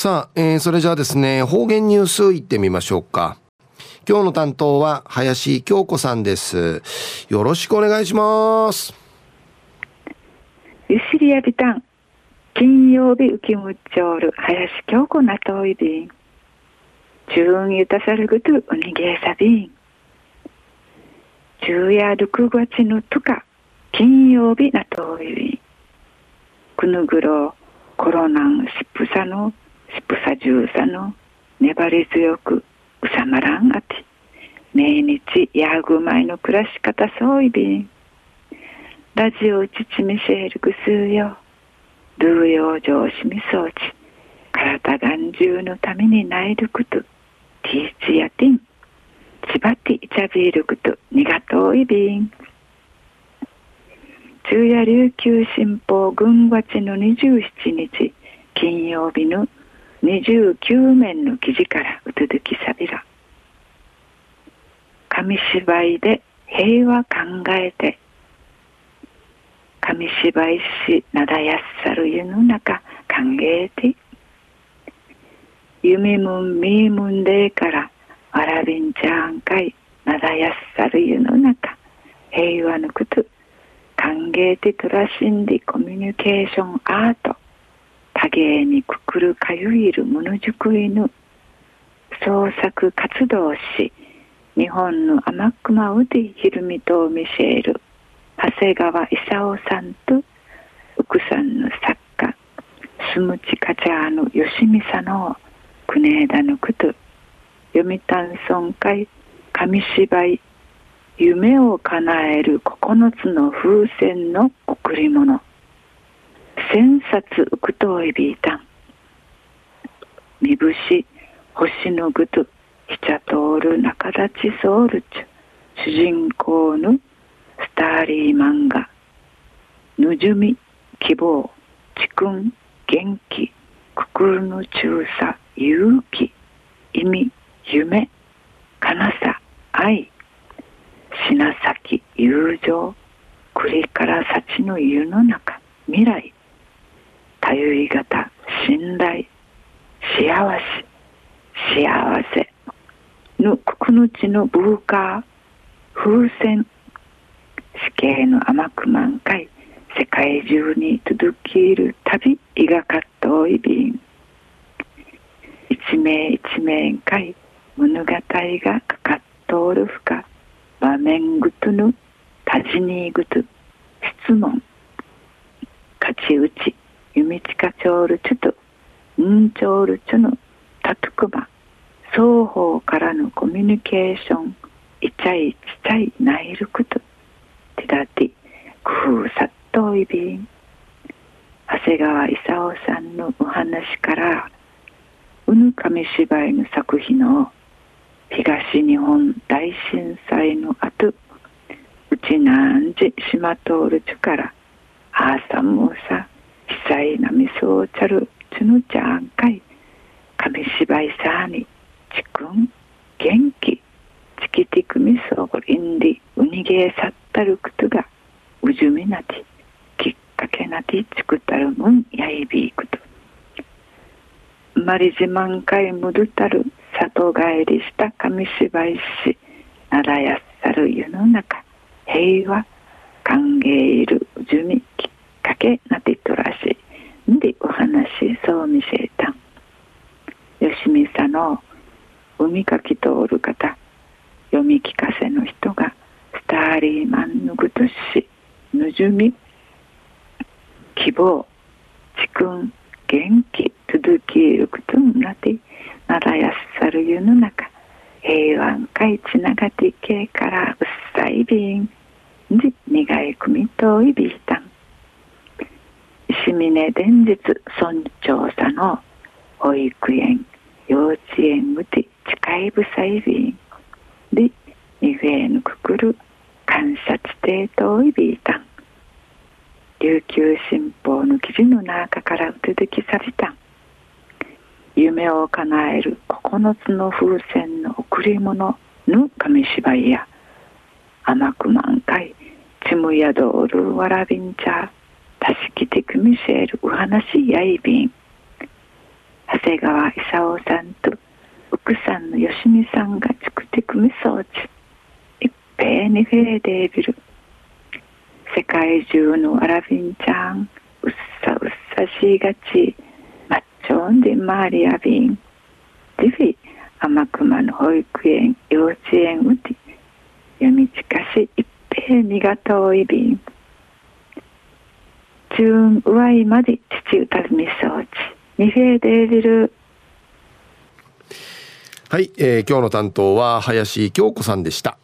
さあ、それじゃあですね、方言ニュースいってみましょうか。今日の担当は林京子さんです。よろしくお願いします。 ゆしりやびたん金曜日浮きむっちょる林京子なといびん中運ゆたさるぐとうにげさびん中夜6月のとか金曜日なといびんくぬぐろコロナンしっぷさじゅうさの粘り強くうさまらんあて命日やぐまいの暮らし方そういびんラジオうちちみせるぐすうよルーヨー上しみそうち体がんじゅうのためにないることティーチやティンちばっていちゃびることにがとういびん中夜琉球新報軍月の27日金曜日の29面の記事からうつづきさびら紙芝居で平和考えて紙芝居しなだやっさる世の中考えて弓むんみーむんでからわらびんちゃんかいなだやっさる世の中平和のこと考えてとらしんでコミュニケーションアート多芸にくくるかゆいるものじゅくいぬ創作活動し日本の天熊うでひるみとミシェル長谷川勲さんと奥さんの作家スムチカチャーの吉見さの国枝のこと読谷村会紙芝居夢を叶える9つの風船の贈り物千冊うくといびいたんみぶし星のぐとひちゃとおる中立ちソウルチュ主人公のスターリー漫画ぬじゅみ希望ちくん元気くくるの中さ勇気意味夢かなさ愛品先友情栗から幸の湯の中未来たゆい型信頼幸せのくくぬちのブーカー風船死刑の甘く満開世界中に届きいる旅いがかっといびん一名一名かい物語がかかっとおるふか場面ぐとぬたじにぐと質問勝ち打ち弓近ちょうるちょとんちょうるちょのたとくば双方からのコミュニケーションいちゃいちちゃいないること手だて工夫さっといびん長谷川勲さんのお話からうぬ紙芝居の作品を東日本大震災の後うちなんじしまとおるちゅからあーさんもさ被災なみそうちゃるちゅぬちゃんかい紙芝居さにちくん元気チキティクミソーリンディウニゲーサッタルクトがうじゅみなてきっかけなてちくたるむんやいびいくとまりじまんかいむどたる里帰りした紙芝居しならやっさる世の中平和歓迎いるうじゅみきっかけなてとらしんでお話そう見せたんよしみさの海かき通る方読み聞かせの人がスターリーマンのぐとしぬじゅみ希望ちくん元気続きいることになってならやっさる世の中平安会つながっていけからうっさいびんじ苦いくみといびいたん石峰伝日村長さの保育園幼稚園ぐて近いぶさいびんでにふえぬくくる観察帝といびいたん琉球新報の記事の中からうつづきさびたん夢を叶える9つの風船の贈り物の紙芝居や甘く満開ちむやどおるわらびんちゃたしきてくみせるお話やいびん長瀬川勲さんと奥さんのよしみさんが作ってくみそうち一平にフェーデービル世界中のアラビンちゃんうっさうっさしがちマッチョンでマーリアビンディフィ天熊の保育園幼稚園うて闇近し一平みが遠い便中上いまで父歌うみそうちニフェーデービル。 はい、今日の担当は林京子さんでした。